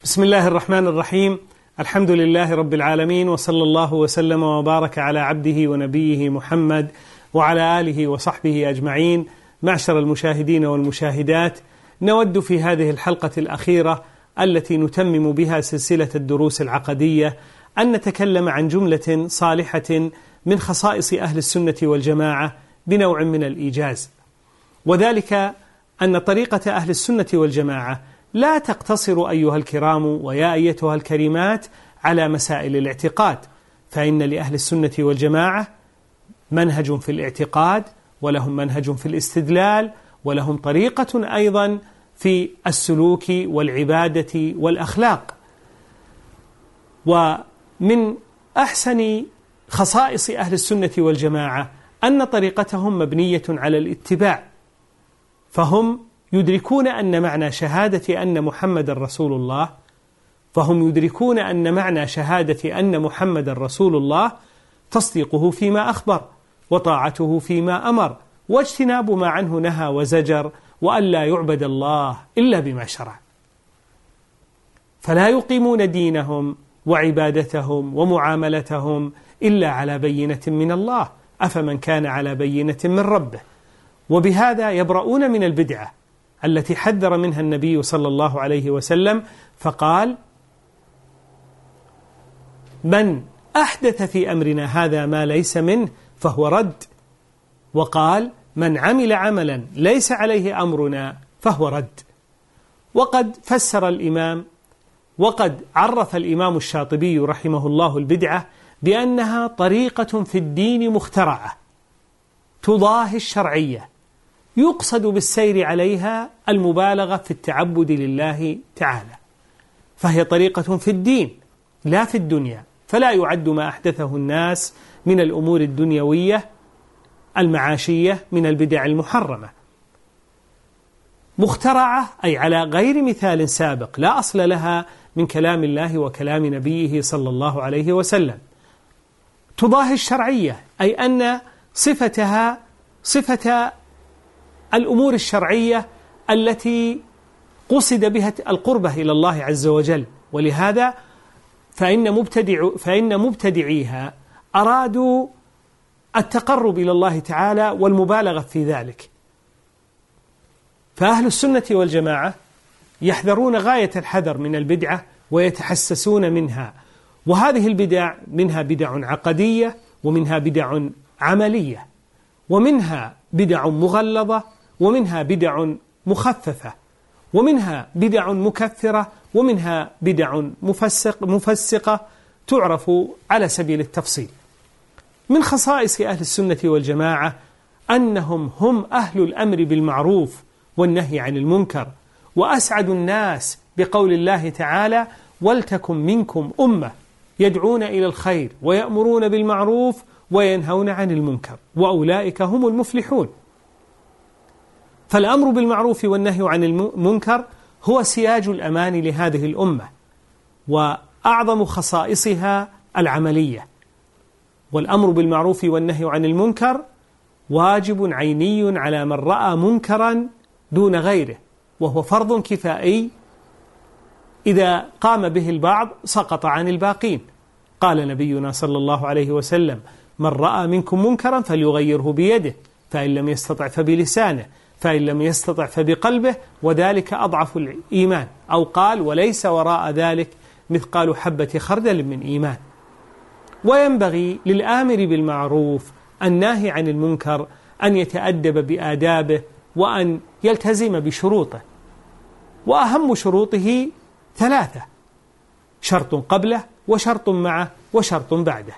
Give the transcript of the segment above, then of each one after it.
بسم الله الرحمن الرحيم. الحمد لله رب العالمين، وصلى الله وسلم وبارك على عبده ونبيه محمد وعلى آله وصحبه أجمعين. معشر المشاهدين والمشاهدات، نود في هذه الحلقة الأخيرة التي نتمم بها سلسلة الدروس العقدية أن نتكلم عن جملة صالحة من خصائص أهل السنة والجماعة بنوع من الإيجاز، وذلك أن طريقة أهل السنة والجماعة لا تقتصر أيها الكرام ويا أيتها الكريمات على مسائل الاعتقاد، فإن لأهل السنة والجماعة منهج في الاعتقاد، ولهم منهج في الاستدلال، ولهم طريقة أيضا في السلوك والعبادة والأخلاق. ومن أحسن خصائص أهل السنة والجماعة أن طريقتهم مبنية على الاتباع، فهم يدركون أن معنى شهادة أن محمد رسول الله رسول الله تصديقه فيما أخبر، وطاعته فيما أمر، واجتناب ما عنه نهى وزجر، وأن لا يعبد الله إلا بما شرع. فلا يقيمون دينهم وعبادتهم ومعاملتهم إلا على بينة من الله، أفمن كان على بينة من ربه. وبهذا يبرؤون من البدعة التي حذر منها النبي صلى الله عليه وسلم، فقال: من أحدث في أمرنا هذا ما ليس منه فهو رد. وقال: من عمل عملا ليس عليه أمرنا فهو رد. وقد عرف الإمام الشاطبي رحمه الله البدعة بأنها طريقة في الدين مخترعة تضاهي الشرعية، يقصد بالسير عليها المبالغة في التعبد لله تعالى، فهي طريقة في الدين لا في الدنيا، فلا يعد ما أحدثه الناس من الأمور الدنيوية المعاشية من البدع المحرمة. مخترعة أي على غير مثال سابق، لا أصل لها من كلام الله وكلام نبيه صلى الله عليه وسلم. تضاهي الشرعية أي أن صفتها صفة الأمور الشرعية التي قصد بها القربة إلى الله عز وجل، ولهذا فإن مبتدعيها أرادوا التقرب إلى الله تعالى والمبالغة في ذلك. فأهل السنة والجماعة يحذرون غاية الحذر من البدعة ويتحسسون منها، وهذه البدع منها بدع عقدية، ومنها بدع عملية، ومنها بدع مغلظة، ومنها بدع مخففة، ومنها بدع مكثرة، ومنها بدع مفسقة تعرف على سبيل التفصيل. من خصائص أهل السنة والجماعة أنهم هم أهل الأمر بالمعروف والنهي عن المنكر، وأسعد الناس بقول الله تعالى: ولتكن منكم أمة يدعون إلى الخير ويأمرون بالمعروف وينهون عن المنكر وأولئك هم المفلحون. فالأمر بالمعروف والنهي عن المنكر هو سياج الأمان لهذه الأمة، وأعظم خصائصها العملية. والأمر بالمعروف والنهي عن المنكر واجب عيني على من رأى منكرا دون غيره، وهو فرض كفائي إذا قام به البعض سقط عن الباقين. قال نبينا صلى الله عليه وسلم: من رأى منكم منكرا فليغيره بيده، فإن لم يستطع فبلسانه، فإن لم يستطع فبقلبه، وذلك أضعف الإيمان. أو قال: وليس وراء ذلك مثقال حبة خردل من إيمان. وينبغي للآمر بالمعروف الناهي عن المنكر أن يتأدب بآدابه، وأن يلتزم بشروطه، وأهم شروطه 3: شرط قبله، وشرط معه، وشرط بعده.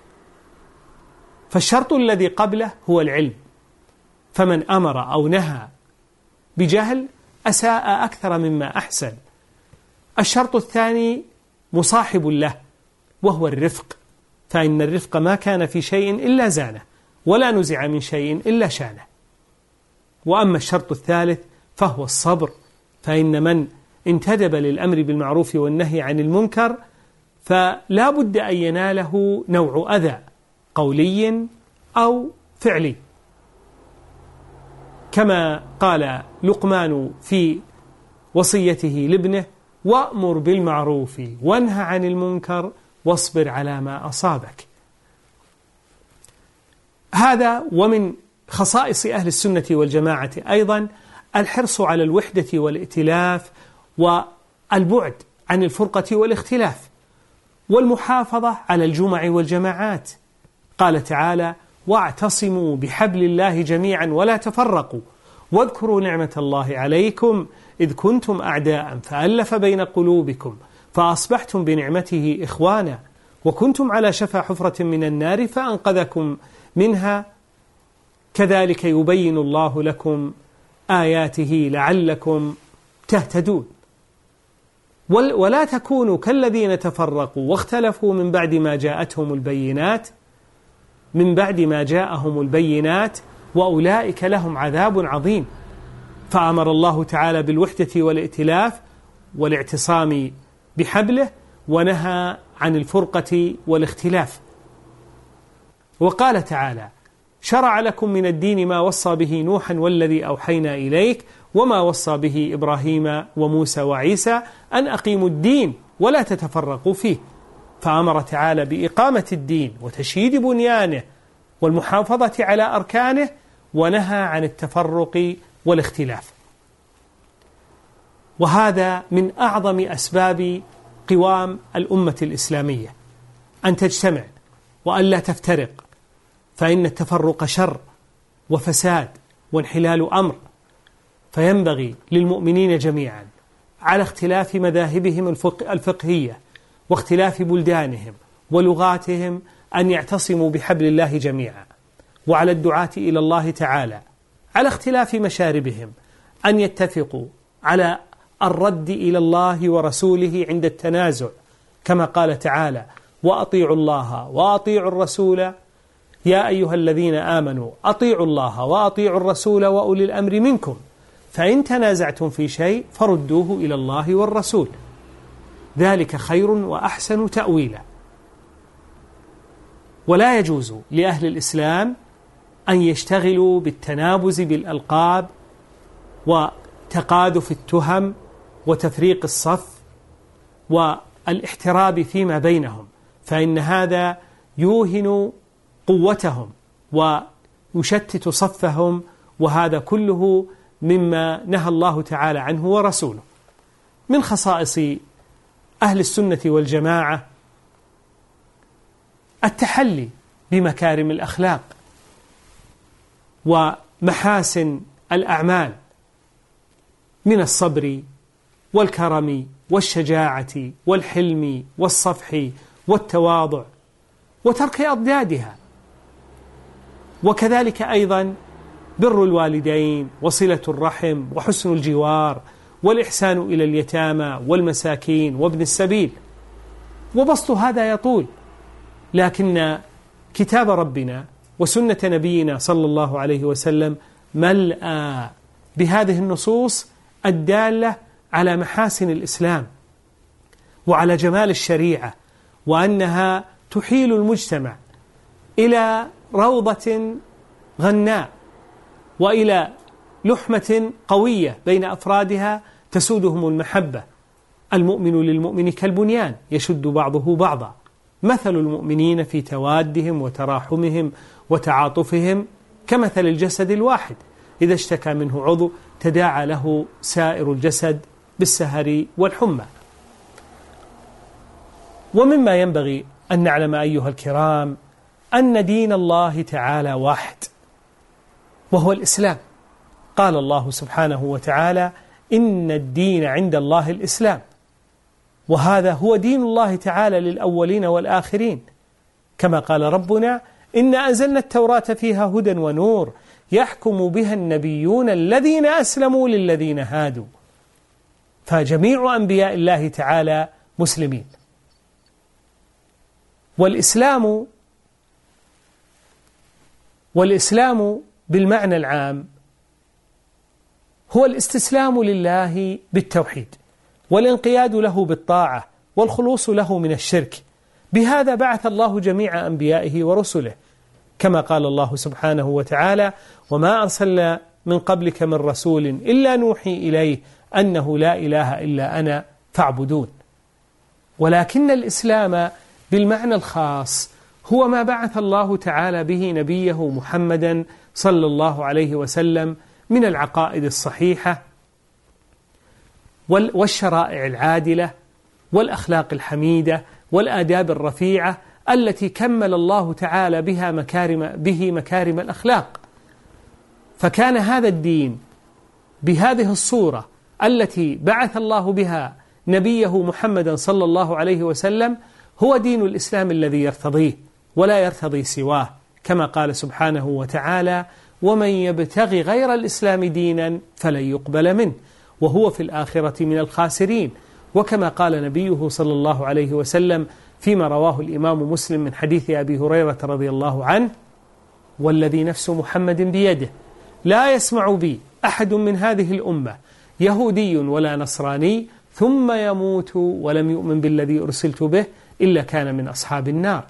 فالشرط الذي قبله هو العلم، فمن أمر أو نهى بجهل أساء أكثر مما أحسن. الشرط الثاني مصاحب له، وهو الرفق، فإن الرفق ما كان في شيء إلا زانه، ولا نزع من شيء إلا شانه. وأما الشرط الثالث فهو الصبر، فإن من انتدب للأمر بالمعروف والنهي عن المنكر فلا بد أن يناله نوع أذى قولي أو فعلي، كما قال لقمان في وصيته لابنه: وأمر بالمعروف وانهى عن المنكر واصبر على ما أصابك. هذا ومن خصائص أهل السنة والجماعة أيضا الحرص على الوحدة والائتلاف والبعد عن الفرقة والاختلاف والمحافظة على الجمع والجماعات. قال تعالى: واعتصموا بحبل الله جميعا ولا تفرقوا واذكروا نعمة الله عليكم إذ كنتم أعداء فألف بين قلوبكم فأصبحتم بنعمته إخوانا وكنتم على شفا حفرة من النار فأنقذكم منها كذلك يبين الله لكم آياته لعلكم تهتدون. ولا تكونوا كالذين تفرقوا واختلفوا من بعد ما جاءهم البينات وأولئك لهم عذاب عظيم. فأمر الله تعالى بالوحدة والائتلاف والاعتصام بحبله ونهى عن الفرقة والاختلاف. وقال تعالى: شرع لكم من الدين ما وصى به نوحا والذي أوحينا إليك وما وصى به إبراهيم وموسى وعيسى أن أقيموا الدين ولا تتفرقوا فيه. فأمر تعالى بإقامة الدين وتشييد بنيانه والمحافظة على أركانه ونهى عن التفرق والاختلاف. وهذا من أعظم أسباب قوام الأمة الإسلامية أن تجتمع وأن لا تفترق، فإن التفرق شر وفساد وانحلال أمر. فينبغي للمؤمنين جميعا على اختلاف مذاهبهم الفقهية واختلاف بلدانهم ولغاتهم أن يعتصموا بحبل الله جميعا، وعلى الدعاة إلى الله تعالى على اختلاف مشاربهم أن يتفقوا على الرد إلى الله ورسوله عند التنازع، كما قال تعالى: وأطيعوا الله وأطيعوا الرسول يا أيها الذين آمنوا أطيعوا الله وأطيعوا الرسول وأولي الأمر منكم فإن تنازعتم في شيء فردوه إلى الله والرسول ذلك خير وأحسن تأويلا. ولا يجوز لأهل الإسلام أن يشتغلوا بالتنابز بالألقاب وتقاذف التهم وتفريق الصف والاحتراب فيما بينهم، فإن هذا يوهن قوتهم ويشتت صفهم، وهذا كله مما نهى الله تعالى عنه ورسوله. من خصائص أهل السنة والجماعة التحلي بمكارم الأخلاق ومحاسن الأعمال من الصبر والكرم والشجاعة والحلم والصفح والتواضع وترك أضدادها، وكذلك أيضا بر الوالدين وصلة الرحم وحسن الجوار والإحسان إلى اليتامى والمساكين وابن السبيل. وبسط هذا يطول، لكن كتاب ربنا وسنة نبينا صلى الله عليه وسلم ملأى بهذه النصوص الدالة على محاسن الإسلام وعلى جمال الشريعة، وأنها تحيل المجتمع إلى روضة غناء وإلى لحمة قوية بين أفرادها تسودهم المحبة. المؤمن للمؤمن كالبنيان يشد بعضه بعضا، مثل المؤمنين في توادهم وتراحمهم وتعاطفهم كمثل الجسد الواحد إذا اشتكى منه عضو تداعى له سائر الجسد بالسهر والحمى. ومما ينبغي أن نعلم أيها الكرام أن دين الله تعالى واحد وهو الإسلام. قال الله سبحانه وتعالى: إن الدين عند الله الإسلام، وهذا هو دين الله تعالى للأولين والآخرين، كما قال ربنا: إنا أنزلنا التوراة فيها هدى ونور يحكم بها النبيون الذين أسلموا للذين هادوا. فجميع أنبياء الله تعالى مسلمين. والإسلام بالمعنى العام هو الاستسلام لله بالتوحيد والانقياد له بالطاعة والخلوص له من الشرك. بهذا بعث الله جميع أنبيائه ورسله، كما قال الله سبحانه وتعالى: وما أرسلنا من قبلك من رسول إلا نوحي إليه أنه لا إله إلا أنا فاعبدون. ولكن الإسلام بالمعنى الخاص هو ما بعث الله تعالى به نبيه محمدا صلى الله عليه وسلم من العقائد الصحيحة والشرائع العادلة والأخلاق الحميدة والآداب الرفيعة التي كمل الله تعالى بها مكارم الأخلاق. فكان هذا الدين بهذه الصورة التي بعث الله بها نبيه محمدا صلى الله عليه وسلم هو دين الإسلام الذي يرتضيه ولا يرتضي سواه، كما قال سبحانه وتعالى: ومن يبتغي غير الإسلام دينا فلن يقبل منه وهو في الآخرة من الخاسرين. وكما قال نبيه صلى الله عليه وسلم فيما رواه الإمام مسلم من حديث أبي هريرة رضي الله عنه: والذي نفس محمد بيده لا يسمع بي أحد من هذه الأمة يهودي ولا نصراني ثم يموت ولم يؤمن بالذي أرسلت به إلا كان من أصحاب النار.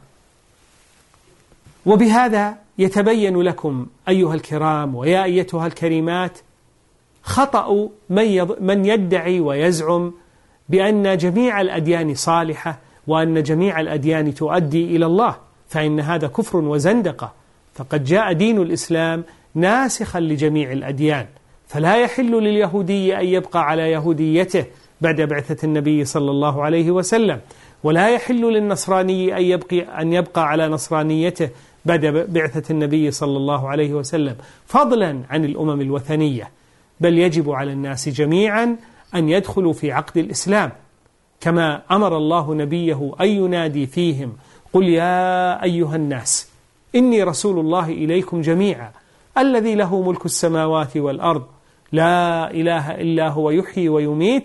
وبهذا يتبين لكم أيها الكرام ويا أيتها الكريمات خطأ من يدعي ويزعم بأن جميع الأديان صالحة وأن جميع الأديان تؤدي إلى الله، فإن هذا كفر وزندقة. فقد جاء دين الإسلام ناسخا لجميع الأديان، فلا يحل لليهودي أن يبقى على يهوديته بعد بعثة النبي صلى الله عليه وسلم، ولا يحل للنصراني أن يبقى على نصرانيته بعد بعثة النبي صلى الله عليه وسلم، فضلا عن الأمم الوثنية. بل يجب على الناس جميعا أن يدخلوا في عقد الإسلام، كما أمر الله نبيه أن ينادي فيهم: قل يا أيها الناس إني رسول الله إليكم جميعا الذي له ملك السماوات والأرض لا إله إلا هو يحيي ويميت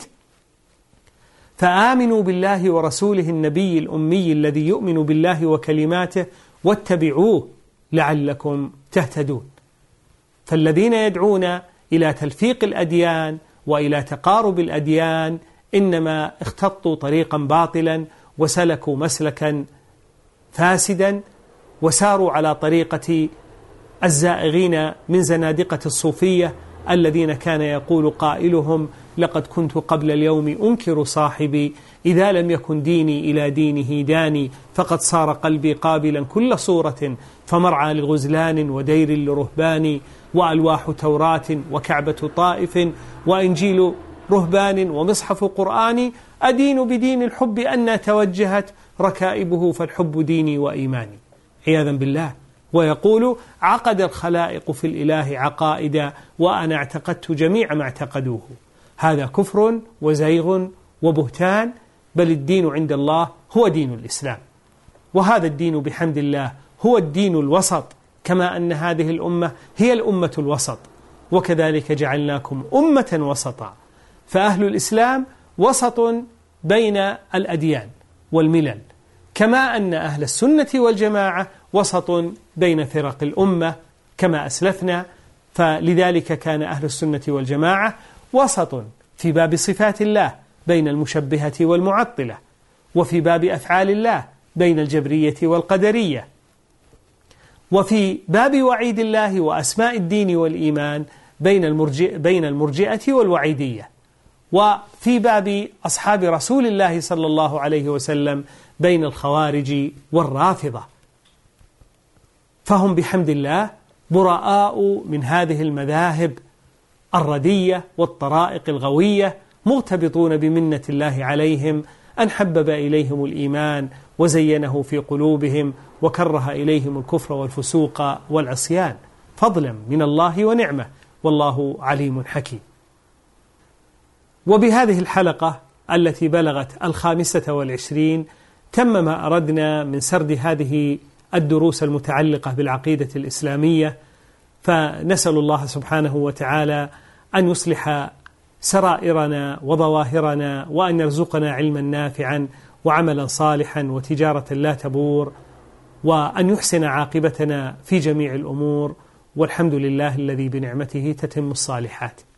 فآمنوا بالله ورسوله النبي الأمي الذي يؤمن بالله وكلماته واتبعوه لعلكم تهتدون. فالذين يدعون إلى تلفيق الأديان وإلى تقارب الأديان إنما اختطوا طريقا باطلا وسلكوا مسلكا فاسدا وساروا على طريقة الزائغين من زنادقة الصوفية الذين كان يقول قائلهم: لقد كنت قبل اليوم أنكر صاحبي إذا لم يكن ديني إلى دينه داني فقد صار قلبي قابلا كل صورة فمرعى لغزلان ودير لرهبان وألواح توراة وكعبة طائف وإنجيل رهبان ومصحف قرآن أدين بدين الحب أن توجهت ركائبه فالحب ديني وإيماني، عياذا بالله. ويقول: عقد الخلائق في الإله عقائدا وأنا اعتقدت جميع ما اعتقدوه. هذا كفر وزيغ وبهتان، بل الدين عند الله هو دين الإسلام، وهذا الدين بحمد الله هو الدين الوسط، كما أن هذه الأمة هي الأمة الوسط، وكذلك جعلناكم أمة وسطا. فأهل الإسلام وسط بين الأديان والملل، كما أن أهل السنة والجماعة وسط بين فرق الأمة كما أسلفنا. فلذلك كان أهل السنة والجماعة وسط في باب صفات الله بين المشبهة والمعطلة، وفي باب أفعال الله بين الجبرية والقدرية، وفي باب وعيد الله وأسماء الدين والإيمان بين المرجئة والوعيدية، وفي باب أصحاب رسول الله صلى الله عليه وسلم بين الخوارج والرافضة. فهم بحمد الله براء من هذه المذاهب الردية والطرائق الغوية، مرتبطون بمنة الله عليهم أن حبب إليهم الإيمان وزينه في قلوبهم وكره إليهم الكفر والفسوق والعصيان، فضلا من الله ونعمة، والله عليم حكيم. وبهذه الحلقة التي بلغت 25 تم ما أردنا من سرد هذه الدروس المتعلقة بالعقيدة الإسلامية، فنسأل الله سبحانه وتعالى أن يصلح سرائرنا وظواهرنا، وأن يرزقنا علما نافعا وعملا صالحا وتجارة لا تبور، وأن يحسن عاقبتنا في جميع الأمور، والحمد لله الذي بنعمته تتم الصالحات.